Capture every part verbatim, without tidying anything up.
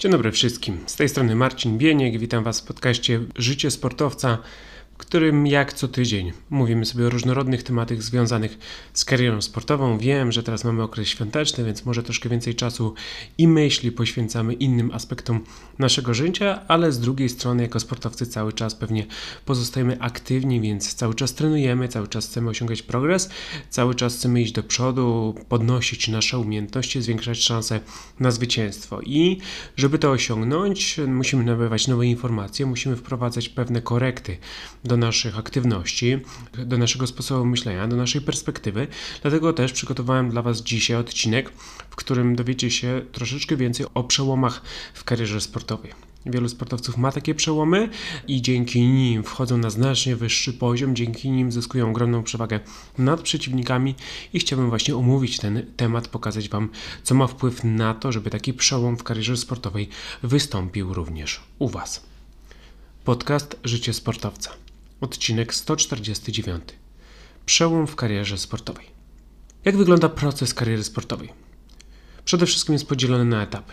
Dzień dobry wszystkim. Z tej strony Marcin Bieniek. Witam Was w podcaście Życie Sportowca, w którym jak co tydzień mówimy sobie o różnorodnych tematach związanych z karierą sportową. Wiem, że teraz mamy okres świąteczny, więc może troszkę więcej czasu i myśli poświęcamy innym aspektom naszego życia, ale z drugiej strony jako sportowcy cały czas pewnie pozostajemy aktywni, więc cały czas trenujemy, cały czas chcemy osiągać progres, cały czas chcemy iść do przodu, podnosić nasze umiejętności, zwiększać szanse na zwycięstwo. I żeby to osiągnąć, musimy nabywać nowe informacje, musimy wprowadzać pewne korekty do naszych aktywności, do naszego sposobu myślenia, do naszej perspektywy. Dlatego też przygotowałem dla Was dzisiaj odcinek, w którym dowiecie się troszeczkę więcej o przełomach w karierze sportowej. Wielu sportowców ma takie przełomy i dzięki nim wchodzą na znacznie wyższy poziom, dzięki nim zyskują ogromną przewagę nad przeciwnikami i chciałbym właśnie omówić ten temat, pokazać Wam, co ma wpływ na to, żeby taki przełom w karierze sportowej wystąpił również u Was. Podcast Życie Sportowca. Odcinek sto czterdziesty dziewięć. Przełom w karierze sportowej. Jak wygląda proces kariery sportowej? Przede wszystkim jest podzielony na etapy.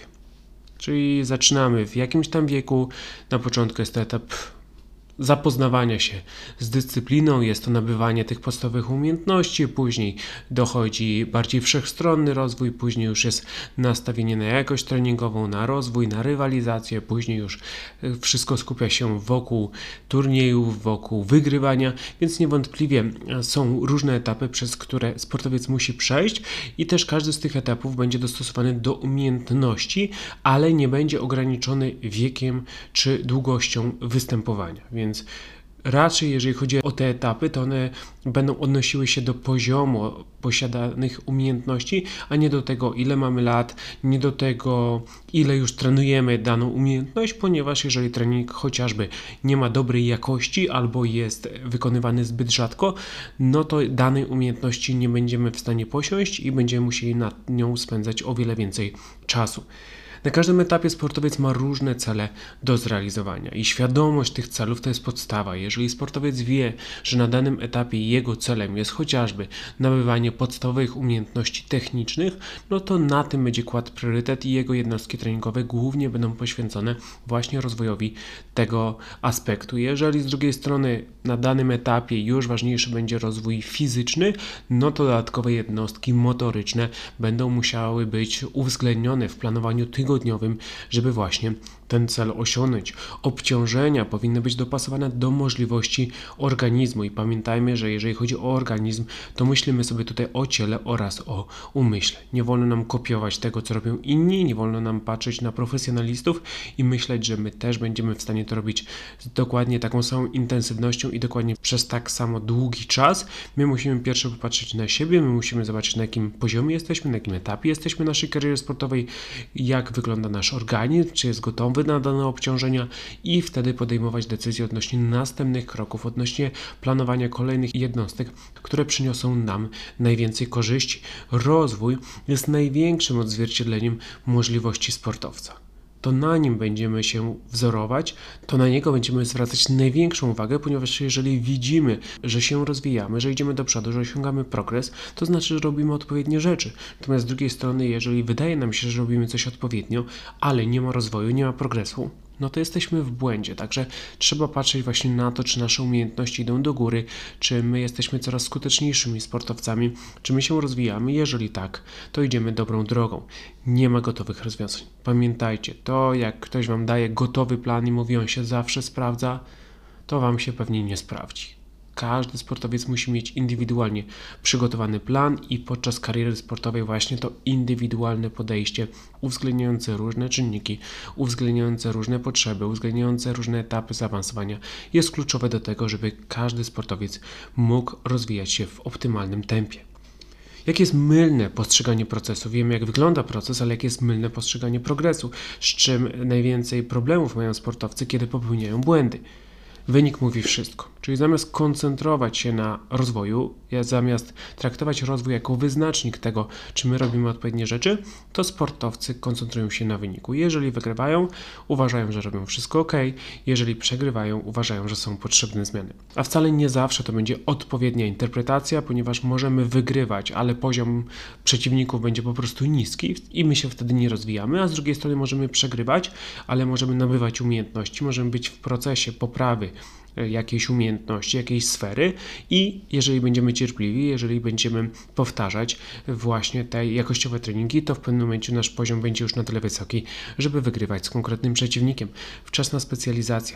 Czyli zaczynamy w jakimś tam wieku. Na początku jest to etap zapoznawania się z dyscypliną, jest to nabywanie tych podstawowych umiejętności, później dochodzi bardziej wszechstronny rozwój, później już jest nastawienie na jakość treningową, na rozwój, na rywalizację, później już wszystko skupia się wokół turniejów, wokół wygrywania, więc niewątpliwie są różne etapy, przez które sportowiec musi przejść i też każdy z tych etapów będzie dostosowany do umiejętności, ale nie będzie ograniczony wiekiem czy długością występowania. Więc raczej jeżeli chodzi o te etapy, to one będą odnosiły się do poziomu posiadanych umiejętności, a nie do tego, ile mamy lat, nie do tego, ile już trenujemy daną umiejętność, ponieważ jeżeli trening chociażby nie ma dobrej jakości albo jest wykonywany zbyt rzadko, no to danej umiejętności nie będziemy w stanie posiąść i będziemy musieli nad nią spędzać o wiele więcej czasu. Na każdym etapie sportowiec ma różne cele do zrealizowania i świadomość tych celów to jest podstawa. Jeżeli sportowiec wie, że na danym etapie jego celem jest chociażby nabywanie podstawowych umiejętności technicznych, no to na tym będzie kładł priorytet i jego jednostki treningowe głównie będą poświęcone właśnie rozwojowi tego aspektu. Jeżeli z drugiej strony na danym etapie już ważniejszy będzie rozwój fizyczny, no to dodatkowe jednostki motoryczne będą musiały być uwzględnione w planowaniu tygodniowym, żeby właśnie ten cel osiągnąć. Obciążenia powinny być dopasowane do możliwości organizmu i pamiętajmy, że jeżeli chodzi o organizm, to myślimy sobie tutaj o ciele oraz o umyśle. Nie wolno nam kopiować tego, co robią inni, nie wolno nam patrzeć na profesjonalistów i myśleć, że my też będziemy w stanie to robić z dokładnie taką samą intensywnością i dokładnie przez tak samo długi czas. My musimy pierwsze popatrzeć na siebie, my musimy zobaczyć, na jakim poziomie jesteśmy, na jakim etapie jesteśmy naszej kariery sportowej, jak wygląda nasz organizm, czy jest gotowy na dane obciążenia i wtedy podejmować decyzje odnośnie następnych kroków, odnośnie planowania kolejnych jednostek, które przyniosą nam najwięcej korzyści. Rozwój jest największym odzwierciedleniem możliwości sportowca. To na nim będziemy się wzorować, to na niego będziemy zwracać największą uwagę, ponieważ jeżeli widzimy, że się rozwijamy, że idziemy do przodu, że osiągamy progres, to znaczy, że robimy odpowiednie rzeczy. Natomiast z drugiej strony, jeżeli wydaje nam się, że robimy coś odpowiednio, ale nie ma rozwoju, nie ma progresu, no to jesteśmy w błędzie. Także trzeba patrzeć właśnie na to, czy nasze umiejętności idą do góry, czy my jesteśmy coraz skuteczniejszymi sportowcami, czy my się rozwijamy. Jeżeli tak, to idziemy dobrą drogą. Nie ma gotowych rozwiązań. Pamiętajcie, to jak ktoś Wam daje gotowy plan i mówi, on się zawsze sprawdza, to Wam się pewnie nie sprawdzi. Każdy sportowiec musi mieć indywidualnie przygotowany plan i podczas kariery sportowej właśnie to indywidualne podejście, uwzględniające różne czynniki, uwzględniające różne potrzeby, uwzględniające różne etapy zaawansowania jest kluczowe do tego, żeby każdy sportowiec mógł rozwijać się w optymalnym tempie. Jakie jest mylne postrzeganie procesu? Wiemy, jak wygląda proces, ale jakie jest mylne postrzeganie progresu? Z czym najwięcej problemów mają sportowcy, kiedy popełniają błędy? Wynik mówi wszystko. Czyli zamiast koncentrować się na rozwoju, zamiast traktować rozwój jako wyznacznik tego, czy my robimy odpowiednie rzeczy, to sportowcy koncentrują się na wyniku. Jeżeli wygrywają, uważają, że robią wszystko ok. Jeżeli przegrywają, uważają, że są potrzebne zmiany. A wcale nie zawsze to będzie odpowiednia interpretacja, ponieważ możemy wygrywać, ale poziom przeciwników będzie po prostu niski i my się wtedy nie rozwijamy, a z drugiej strony możemy przegrywać, ale możemy nabywać umiejętności, możemy być w procesie poprawy jakiejś umiejętności, jakiejś sfery i jeżeli będziemy cierpliwi, jeżeli będziemy powtarzać właśnie te jakościowe treningi, to w pewnym momencie nasz poziom będzie już na tyle wysoki, żeby wygrywać z konkretnym przeciwnikiem. Wczesna specjalizacja.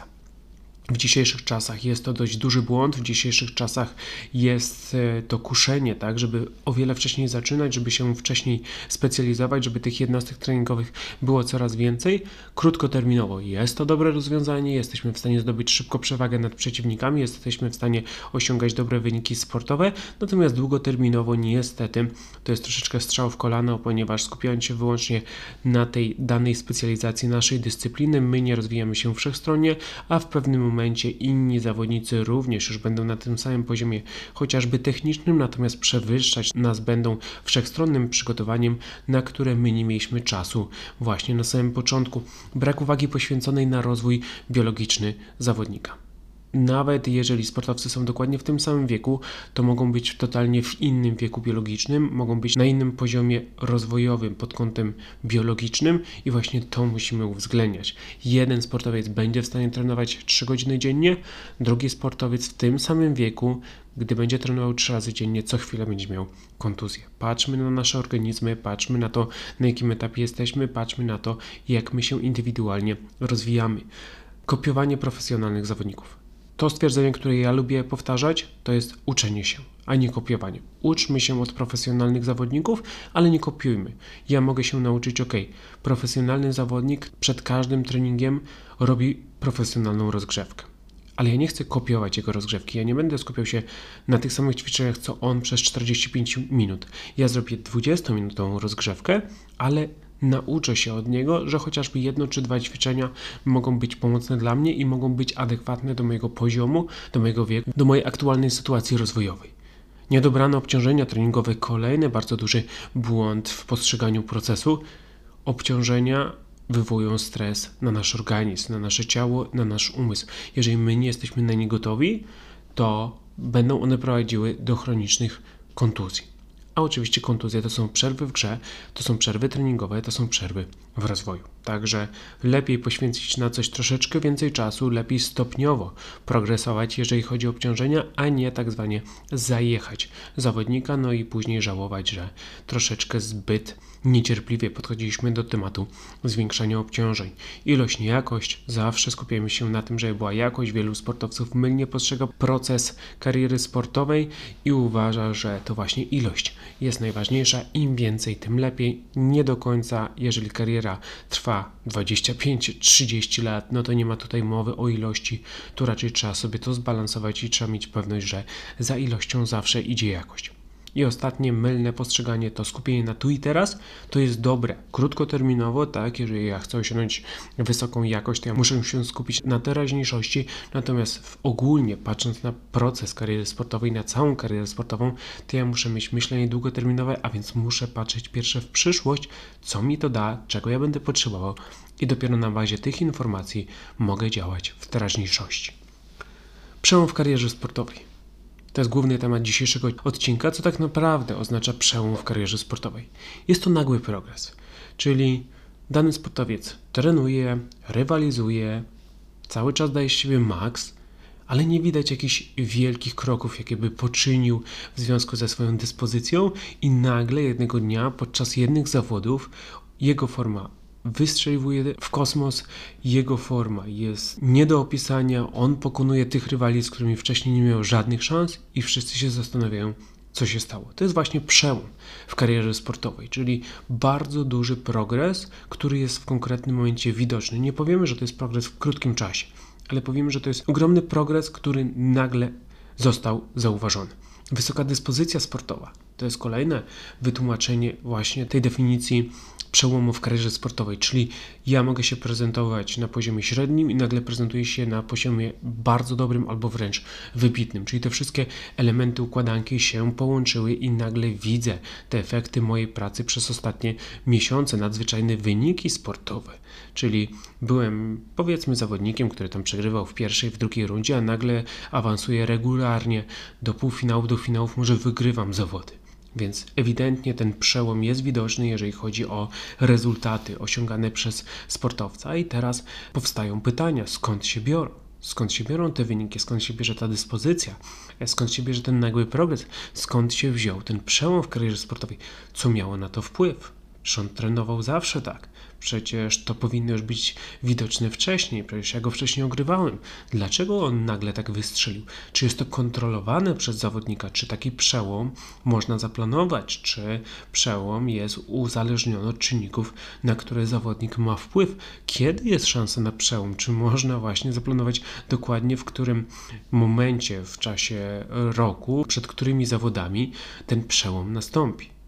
W dzisiejszych czasach jest to dość duży błąd, w dzisiejszych czasach jest to kuszenie, tak, żeby o wiele wcześniej zaczynać, żeby się wcześniej specjalizować, żeby tych jednostek treningowych było coraz więcej. Krótkoterminowo jest to dobre rozwiązanie, jesteśmy w stanie zdobyć szybko przewagę nad przeciwnikami, jesteśmy w stanie osiągać dobre wyniki sportowe, natomiast długoterminowo niestety to jest troszeczkę strzał w kolano, ponieważ skupiając się wyłącznie na tej danej specjalizacji naszej dyscypliny, my nie rozwijamy się wszechstronnie, a w pewnym momencie momencie inni zawodnicy również już będą na tym samym poziomie chociażby technicznym, natomiast przewyższać nas będą wszechstronnym przygotowaniem, na które my nie mieliśmy czasu właśnie na samym początku. Brak uwagi poświęconej na rozwój biologiczny zawodnika. Nawet jeżeli sportowcy są dokładnie w tym samym wieku, to mogą być totalnie w innym wieku biologicznym, mogą być na innym poziomie rozwojowym pod kątem biologicznym i właśnie to musimy uwzględniać. Jeden sportowiec będzie w stanie trenować trzy godziny dziennie, drugi sportowiec w tym samym wieku, gdy będzie trenował trzy razy dziennie, co chwilę będzie miał kontuzję. Patrzmy na nasze organizmy, patrzmy na to, na jakim etapie jesteśmy, patrzmy na to, jak my się indywidualnie rozwijamy. Kopiowanie profesjonalnych zawodników. To stwierdzenie, które ja lubię powtarzać, to jest uczenie się, a nie kopiowanie. Uczmy się od profesjonalnych zawodników, ale nie kopiujmy. Ja mogę się nauczyć, ok, profesjonalny zawodnik przed każdym treningiem robi profesjonalną rozgrzewkę. Ale ja nie chcę kopiować jego rozgrzewki, ja nie będę skupiał się na tych samych ćwiczeniach, co on przez czterdzieści pięć minut. Ja zrobię dwudziestominutową rozgrzewkę, ale nauczę się od niego, że chociażby jedno czy dwa ćwiczenia mogą być pomocne dla mnie i mogą być adekwatne do mojego poziomu, do mojego wieku, do mojej aktualnej sytuacji rozwojowej. Niedobrane obciążenia treningowe, kolejny bardzo duży błąd w postrzeganiu procesu. Obciążenia wywołują stres na nasz organizm, na nasze ciało, na nasz umysł. Jeżeli my nie jesteśmy na nie gotowi, to będą one prowadziły do chronicznych kontuzji. A oczywiście kontuzje to są przerwy w grze, to są przerwy treningowe, to są przerwy w rozwoju. Także lepiej poświęcić na coś troszeczkę więcej czasu, lepiej stopniowo progresować, jeżeli chodzi o obciążenia, a nie tak zwanie zajechać zawodnika, no i później żałować, że troszeczkę zbyt niecierpliwie podchodziliśmy do tematu zwiększania obciążeń. Ilość, nie jakość, zawsze skupiamy się na tym, żeby była jakość. Wielu sportowców mylnie postrzega proces kariery sportowej i uważa, że to właśnie ilość jest najważniejsza. Im więcej, tym lepiej. Nie do końca, jeżeli kariera trwa dwadzieścia pięć trzydzieści lat, no to nie ma tutaj mowy o ilości. Tu raczej trzeba sobie to zbalansować i trzeba mieć pewność, że za ilością zawsze idzie jakość. I ostatnie mylne postrzeganie to skupienie na tu i teraz, to jest dobre. Krótkoterminowo, tak, jeżeli ja chcę osiągnąć wysoką jakość, to ja muszę się skupić na teraźniejszości, natomiast w ogólnie patrząc na proces kariery sportowej, na całą karierę sportową, to ja muszę mieć myślenie długoterminowe, a więc muszę patrzeć pierwsze w przyszłość, co mi to da, czego ja będę potrzebował i dopiero na bazie tych informacji mogę działać w teraźniejszości. Przełom w karierze sportowej. To jest główny temat dzisiejszego odcinka, co tak naprawdę oznacza przełom w karierze sportowej. Jest to nagły progres, czyli dany sportowiec trenuje, rywalizuje, cały czas daje z siebie maks, ale nie widać jakichś wielkich kroków, jakie by poczynił w związku ze swoją dyspozycją i nagle jednego dnia podczas jednych zawodów jego forma wystrzeliwuje w kosmos, jego forma jest nie do opisania, on pokonuje tych rywali, z którymi wcześniej nie miał żadnych szans i wszyscy się zastanawiają, co się stało. To jest właśnie przełom w karierze sportowej, czyli bardzo duży progres, który jest w konkretnym momencie widoczny. Nie powiemy, że to jest progres w krótkim czasie, ale powiemy, że to jest ogromny progres, który nagle został zauważony. Wysoka dyspozycja sportowa to jest kolejne wytłumaczenie właśnie tej definicji przełomu w karierze sportowej, czyli ja mogę się prezentować na poziomie średnim i nagle prezentuję się na poziomie bardzo dobrym albo wręcz wybitnym, czyli te wszystkie elementy układanki się połączyły i nagle widzę te efekty mojej pracy przez ostatnie miesiące, nadzwyczajne wyniki sportowe, czyli byłem powiedzmy zawodnikiem, który tam przegrywał w pierwszej, w drugiej rundzie, a nagle awansuję regularnie do półfinałów, do finałów, może wygrywam zawody. Więc ewidentnie ten przełom jest widoczny, jeżeli chodzi o rezultaty osiągane przez sportowca. I teraz powstają pytania, skąd się biorą? Skąd się biorą te wyniki? Skąd się bierze ta dyspozycja? Skąd się bierze ten nagły progres? Skąd się wziął ten przełom w karierze sportowej? Co miało na to wpływ? Czy on trenował zawsze tak? Przecież to powinno już być widoczne wcześniej, przecież ja go wcześniej ogrywałem. Dlaczego on nagle tak wystrzelił? Czy jest to kontrolowane przez zawodnika? Czy taki przełom można zaplanować? Czy przełom jest uzależniony od czynników, na które zawodnik ma wpływ? Kiedy jest szansa na przełom? Czy można właśnie zaplanować dokładnie w którym momencie w czasie roku, przed którymi zawodami ten przełom nastąpi?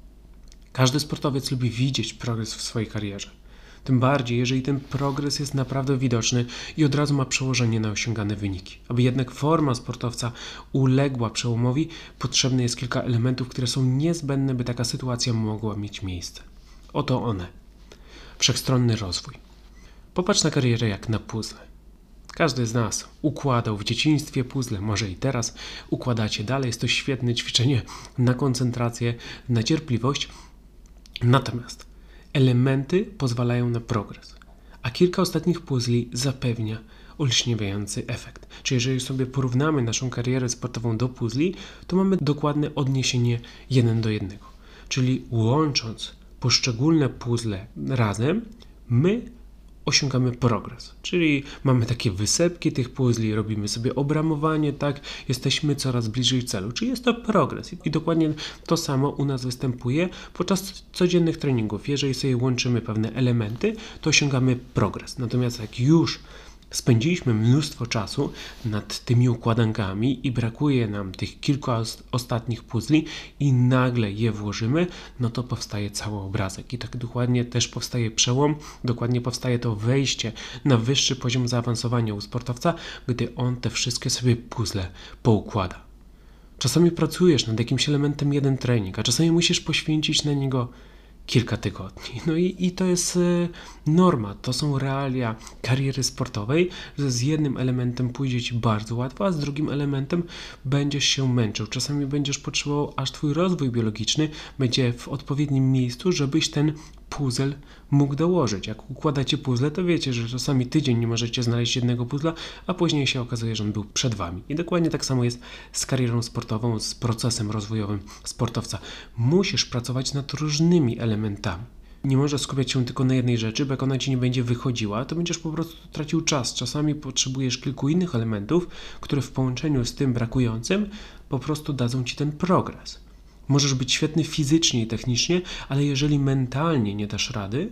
Każdy sportowiec lubi widzieć progres w swojej karierze. Tym bardziej, jeżeli ten progres jest naprawdę widoczny i od razu ma przełożenie na osiągane wyniki. Aby jednak forma sportowca uległa przełomowi, potrzebne jest kilka elementów, które są niezbędne, by taka sytuacja mogła mieć miejsce. Oto one. Wszechstronny rozwój. Popatrz na karierę jak na puzzle. Każdy z nas układał w dzieciństwie puzzle, może i teraz układacie dalej. Jest to świetne ćwiczenie na koncentrację, na cierpliwość. Natomiast elementy pozwalają na progres, a kilka ostatnich puzli zapewnia olśniewający efekt. Czyli jeżeli sobie porównamy naszą karierę sportową do puzli, to mamy dokładne odniesienie jeden do jednego. Czyli łącząc poszczególne puzzle razem, my osiągamy progres, czyli mamy takie wysepki tych puzli, robimy sobie obramowanie, tak, jesteśmy coraz bliżej celu, czyli jest to progres i dokładnie to samo u nas występuje podczas codziennych treningów. Jeżeli sobie łączymy pewne elementy, to osiągamy progres, natomiast jak już spędziliśmy mnóstwo czasu nad tymi układankami i brakuje nam tych kilku ostatnich puzli i nagle je włożymy, no to powstaje cały obrazek. I tak dokładnie też powstaje przełom, dokładnie powstaje to wejście na wyższy poziom zaawansowania u sportowca, gdy on te wszystkie sobie puzzle poukłada. Czasami pracujesz nad jakimś elementem jeden trening, a czasami musisz poświęcić na niego kilka tygodni. No i, i to jest y, norma, to są realia kariery sportowej, że z jednym elementem pójdzie Ci bardzo łatwo, a z drugim elementem będziesz się męczył. Czasami będziesz potrzebował, aż Twój rozwój biologiczny będzie w odpowiednim miejscu, żebyś ten puzzle mógł dołożyć. Jak układacie puzzle, to wiecie, że czasami tydzień nie możecie znaleźć jednego puzzla, a później się okazuje, że on był przed Wami. I dokładnie tak samo jest z karierą sportową, z procesem rozwojowym sportowca. Musisz pracować nad różnymi elementami. Nie możesz skupiać się tylko na jednej rzeczy, bo jak ona Ci nie będzie wychodziła, to będziesz po prostu tracił czas. Czasami potrzebujesz kilku innych elementów, które w połączeniu z tym brakującym po prostu dadzą Ci ten progres. Możesz być świetny fizycznie i technicznie, ale jeżeli mentalnie nie dasz rady,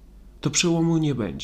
to przełomu nie będzie.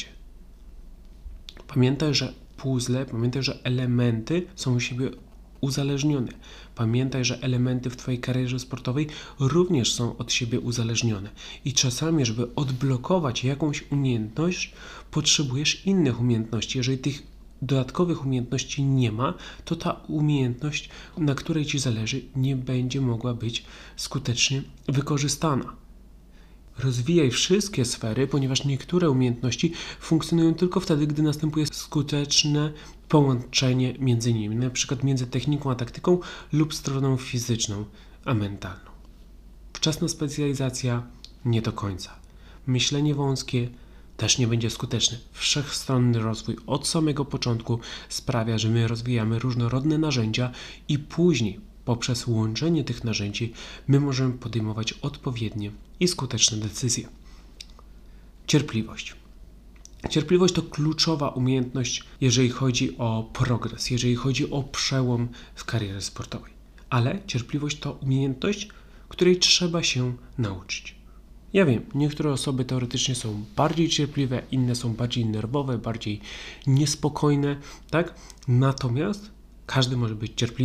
Pamiętaj, że puzzle, pamiętaj, że elementy są u siebie uzależnione. Pamiętaj, że elementy w Twojej karierze sportowej również są od siebie uzależnione. I czasami, żeby odblokować jakąś umiejętność, potrzebujesz innych umiejętności. Jeżeli tych dodatkowych umiejętności nie ma, to ta umiejętność, na której Ci zależy, nie będzie mogła być skutecznie wykorzystana. Rozwijaj wszystkie sfery, ponieważ niektóre umiejętności funkcjonują tylko wtedy, gdy następuje skuteczne połączenie między nimi, na przykład między techniką a taktyką lub stroną fizyczną a mentalną. Wczesna specjalizacja nie do końca. Myślenie wąskie też nie będzie skuteczny. Wszechstronny rozwój od samego początku sprawia, że my rozwijamy różnorodne narzędzia i później poprzez łączenie tych narzędzi my możemy podejmować odpowiednie i skuteczne decyzje. Cierpliwość. Cierpliwość to kluczowa umiejętność, jeżeli chodzi o progres, jeżeli chodzi o przełom w karierze sportowej. Ale cierpliwość to umiejętność, której trzeba się nauczyć. Ja wiem, niektóre osoby teoretycznie są bardziej cierpliwe, inne są bardziej nerwowe, bardziej niespokojne, tak? Natomiast każdy może być cierpliwy.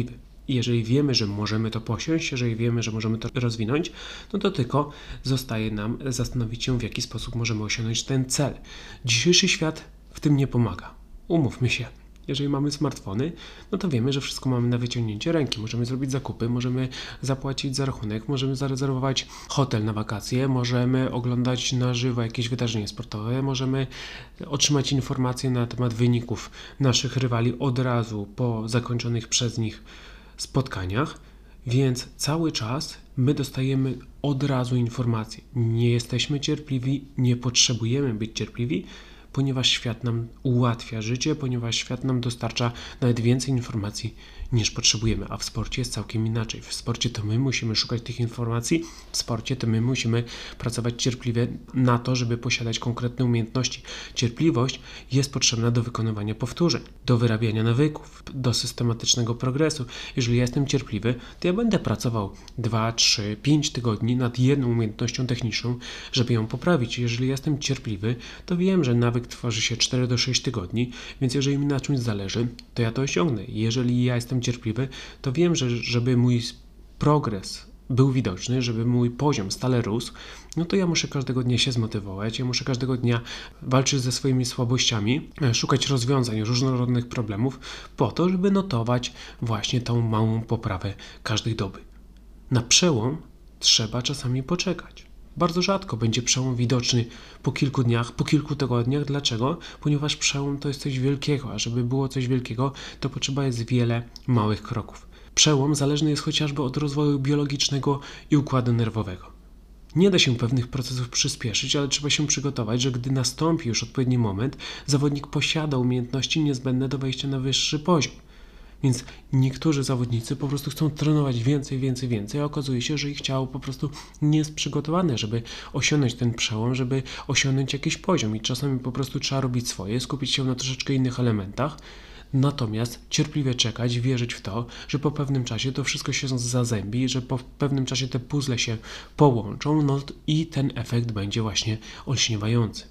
I jeżeli wiemy, że możemy to posiąść, jeżeli wiemy, że możemy to rozwinąć, no to tylko zostaje nam zastanowić się, w jaki sposób możemy osiągnąć ten cel. Dzisiejszy świat w tym nie pomaga. Umówmy się. Jeżeli mamy smartfony, no to wiemy, że wszystko mamy na wyciągnięcie ręki. Możemy zrobić zakupy, możemy zapłacić za rachunek, możemy zarezerwować hotel na wakacje, możemy oglądać na żywo jakieś wydarzenie sportowe, możemy otrzymać informacje na temat wyników naszych rywali od razu po zakończonych przez nich spotkaniach, więc cały czas my dostajemy od razu informacje. Nie jesteśmy cierpliwi, nie potrzebujemy być cierpliwi, ponieważ świat nam ułatwia życie, ponieważ świat nam dostarcza nawet więcej informacji niż potrzebujemy, a w sporcie jest całkiem inaczej. W sporcie to my musimy szukać tych informacji, w sporcie to my musimy pracować cierpliwie na to, żeby posiadać konkretne umiejętności. Cierpliwość jest potrzebna do wykonywania powtórzeń, do wyrabiania nawyków, do systematycznego progresu. Jeżeli ja jestem cierpliwy, to ja będę pracował dwa, trzy, pięć tygodni nad jedną umiejętnością techniczną, żeby ją poprawić. Jeżeli jestem cierpliwy, to wiem, że nawyk tworzy się cztery do sześciu tygodni, więc jeżeli mi na czymś zależy, to ja to osiągnę. Jeżeli ja jestem cierpliwy, to wiem, że żeby mój progres był widoczny, żeby mój poziom stale rósł, no to ja muszę każdego dnia się zmotywować, ja muszę każdego dnia walczyć ze swoimi słabościami, szukać rozwiązań różnorodnych problemów po to, żeby notować właśnie tą małą poprawę każdej doby. Na przełom trzeba czasami poczekać. Bardzo rzadko będzie przełom widoczny po kilku dniach, po kilku tygodniach. Dlaczego? Ponieważ przełom to jest coś wielkiego, a żeby było coś wielkiego, to potrzeba jest wiele małych kroków. Przełom zależny jest chociażby od rozwoju biologicznego i układu nerwowego. Nie da się pewnych procesów przyspieszyć, ale trzeba się przygotować, że gdy nastąpi już odpowiedni moment, zawodnik posiada umiejętności niezbędne do wejścia na wyższy poziom. Więc niektórzy zawodnicy po prostu chcą trenować więcej, więcej, więcej, a okazuje się, że ich ciało po prostu nie jest przygotowane, żeby osiągnąć ten przełom, żeby osiągnąć jakiś poziom i czasami po prostu trzeba robić swoje, skupić się na troszeczkę innych elementach, natomiast cierpliwie czekać, wierzyć w to, że po pewnym czasie to wszystko się zazębi, że po pewnym czasie te puzzle się połączą, no i ten efekt będzie właśnie olśniewający.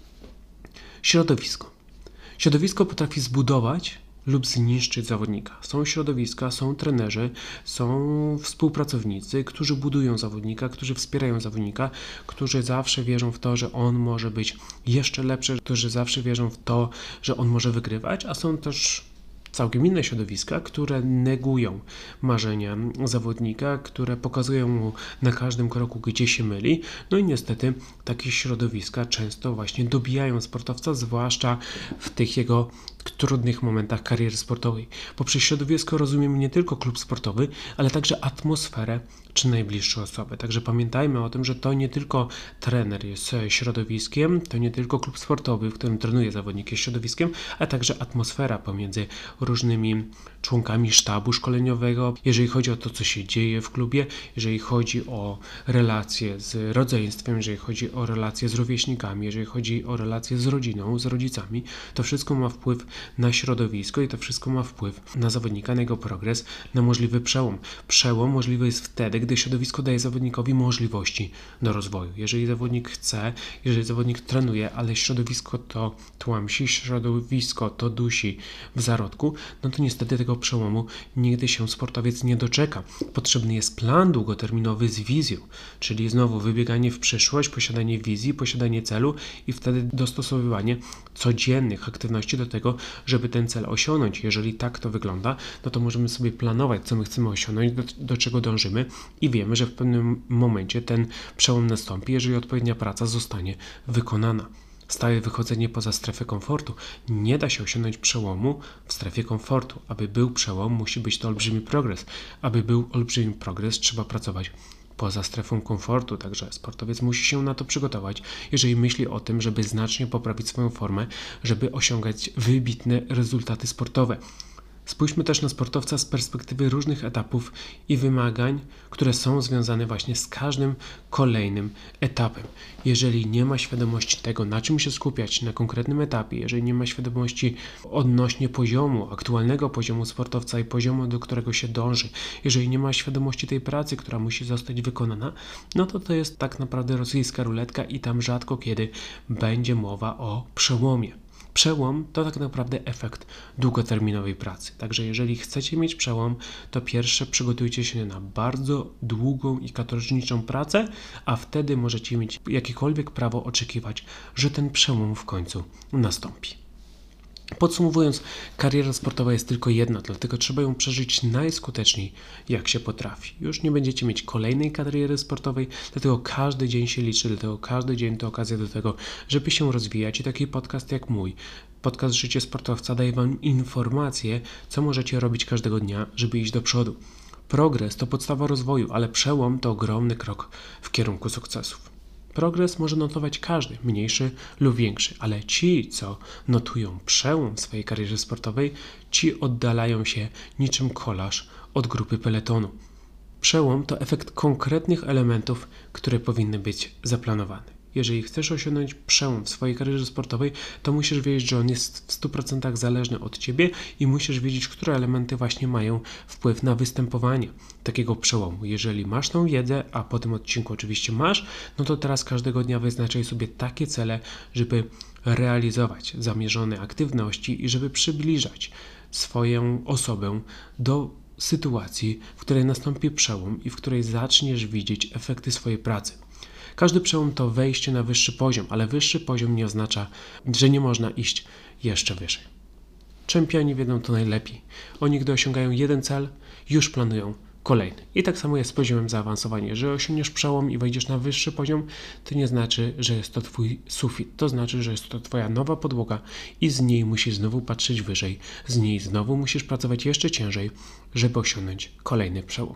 Środowisko. Środowisko potrafi zbudować lub zniszczyć zawodnika. Są środowiska, są trenerzy, są współpracownicy, którzy budują zawodnika, którzy wspierają zawodnika, którzy zawsze wierzą w to, że on może być jeszcze lepszy, którzy zawsze wierzą w to, że on może wygrywać, a są też całkiem inne środowiska, które negują marzenia zawodnika, które pokazują mu na każdym kroku, gdzie się myli. No i niestety takie środowiska często właśnie dobijają sportowca, zwłaszcza w tych jego trudnych momentach kariery sportowej. Poprzez środowisko rozumiemy nie tylko klub sportowy, ale także atmosferę czy najbliższe osoby. Także pamiętajmy o tym, że to nie tylko trener jest środowiskiem, to nie tylko klub sportowy, w którym trenuje zawodnik jest środowiskiem, ale także atmosfera pomiędzy różnymi członkami sztabu szkoleniowego, jeżeli chodzi o to, co się dzieje w klubie, jeżeli chodzi o relacje z rodzeństwem, jeżeli chodzi o relacje z rówieśnikami, jeżeli chodzi o relacje z rodziną, z rodzicami, to wszystko ma wpływ na środowisko i to wszystko ma wpływ na zawodnika, na jego progres, na możliwy przełom. Przełom możliwy jest wtedy, gdy środowisko daje zawodnikowi możliwości do rozwoju. Jeżeli zawodnik chce, jeżeli zawodnik trenuje, ale środowisko to tłamsi, środowisko to dusi w zarodku, no to niestety tego przełomu nigdy się sportowiec nie doczeka. Potrzebny jest plan długoterminowy z wizją, czyli znowu wybieganie w przyszłość, posiadanie wizji, posiadanie celu i wtedy dostosowywanie codziennych aktywności do tego, żeby ten cel osiągnąć. Jeżeli tak to wygląda, no to możemy sobie planować, co my chcemy osiągnąć, do, do czego dążymy i wiemy, że w pewnym momencie ten przełom nastąpi, jeżeli odpowiednia praca zostanie wykonana. Stałe wychodzenie poza strefę komfortu. Nie da się osiągnąć przełomu w strefie komfortu. Aby był przełom, musi być to olbrzymi progres. Aby był olbrzymi progres, trzeba pracować poza strefą komfortu, także sportowiec musi się na to przygotować, jeżeli myśli o tym, żeby znacznie poprawić swoją formę, żeby osiągać wybitne rezultaty sportowe. Spójrzmy też na sportowca z perspektywy różnych etapów i wymagań, które są związane właśnie z każdym kolejnym etapem. Jeżeli nie ma świadomości tego, na czym się skupiać na konkretnym etapie, jeżeli nie ma świadomości odnośnie poziomu, aktualnego poziomu sportowca i poziomu, do którego się dąży, jeżeli nie ma świadomości tej pracy, która musi zostać wykonana, no to to jest tak naprawdę rosyjska ruletka i tam rzadko kiedy będzie mowa o przełomie. Przełom to tak naprawdę efekt długoterminowej pracy. Także jeżeli chcecie mieć przełom, to pierwsze przygotujcie się na bardzo długą i katorżniczą pracę, a wtedy możecie mieć jakiekolwiek prawo oczekiwać, że ten przełom w końcu nastąpi. Podsumowując, kariera sportowa jest tylko jedna, dlatego trzeba ją przeżyć najskuteczniej, jak się potrafi. Już nie będziecie mieć kolejnej kariery sportowej, dlatego każdy dzień się liczy, dlatego każdy dzień to okazja do tego, żeby się rozwijać i taki podcast jak mój, podcast Życie Sportowca daje Wam informacje, co możecie robić każdego dnia, żeby iść do przodu. Progres to podstawa rozwoju, ale przełom to ogromny krok w kierunku sukcesów. Progres może notować każdy, mniejszy lub większy, ale ci, co notują przełom w swojej karierze sportowej, ci oddalają się niczym kolarz od grupy peletonu. Przełom to efekt konkretnych elementów, które powinny być zaplanowane. Jeżeli chcesz osiągnąć przełom w swojej karierze sportowej, to musisz wiedzieć, że on jest w stu procentach zależny od Ciebie i musisz wiedzieć, które elementy właśnie mają wpływ na występowanie takiego przełomu. Jeżeli masz tą wiedzę, a po tym odcinku oczywiście masz, no to teraz każdego dnia wyznaczaj sobie takie cele, żeby realizować zamierzone aktywności i żeby przybliżać swoją osobę do sytuacji, w której nastąpi przełom i w której zaczniesz widzieć efekty swojej pracy. Każdy przełom to wejście na wyższy poziom, ale wyższy poziom nie oznacza, że nie można iść jeszcze wyżej. Czempioni wiedzą to najlepiej. Oni, gdy osiągają jeden cel, już planują kolejny. I tak samo jest z poziomem zaawansowania. Jeżeli osiągniesz przełom i wejdziesz na wyższy poziom, to nie znaczy, że jest to Twój sufit. To znaczy, że jest to Twoja nowa podłoga i z niej musisz znowu patrzeć wyżej. Z niej znowu musisz pracować jeszcze ciężej, żeby osiągnąć kolejny przełom.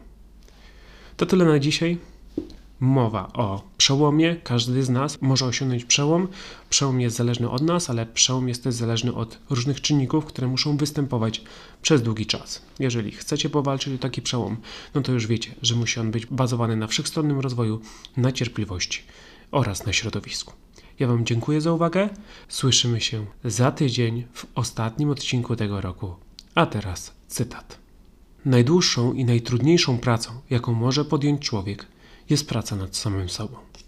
To tyle na dzisiaj. Mowa o przełomie. Każdy z nas może osiągnąć przełom. Przełom jest zależny od nas, ale przełom jest też zależny od różnych czynników, które muszą występować przez długi czas. Jeżeli chcecie powalczyć o taki przełom, no to już wiecie, że musi on być bazowany na wszechstronnym rozwoju, na cierpliwości oraz na środowisku. Ja Wam dziękuję za uwagę. Słyszymy się za tydzień w ostatnim odcinku tego roku. A teraz cytat. Najdłuższą i najtrudniejszą pracą, jaką może podjąć człowiek, jest praca nad samym sobą.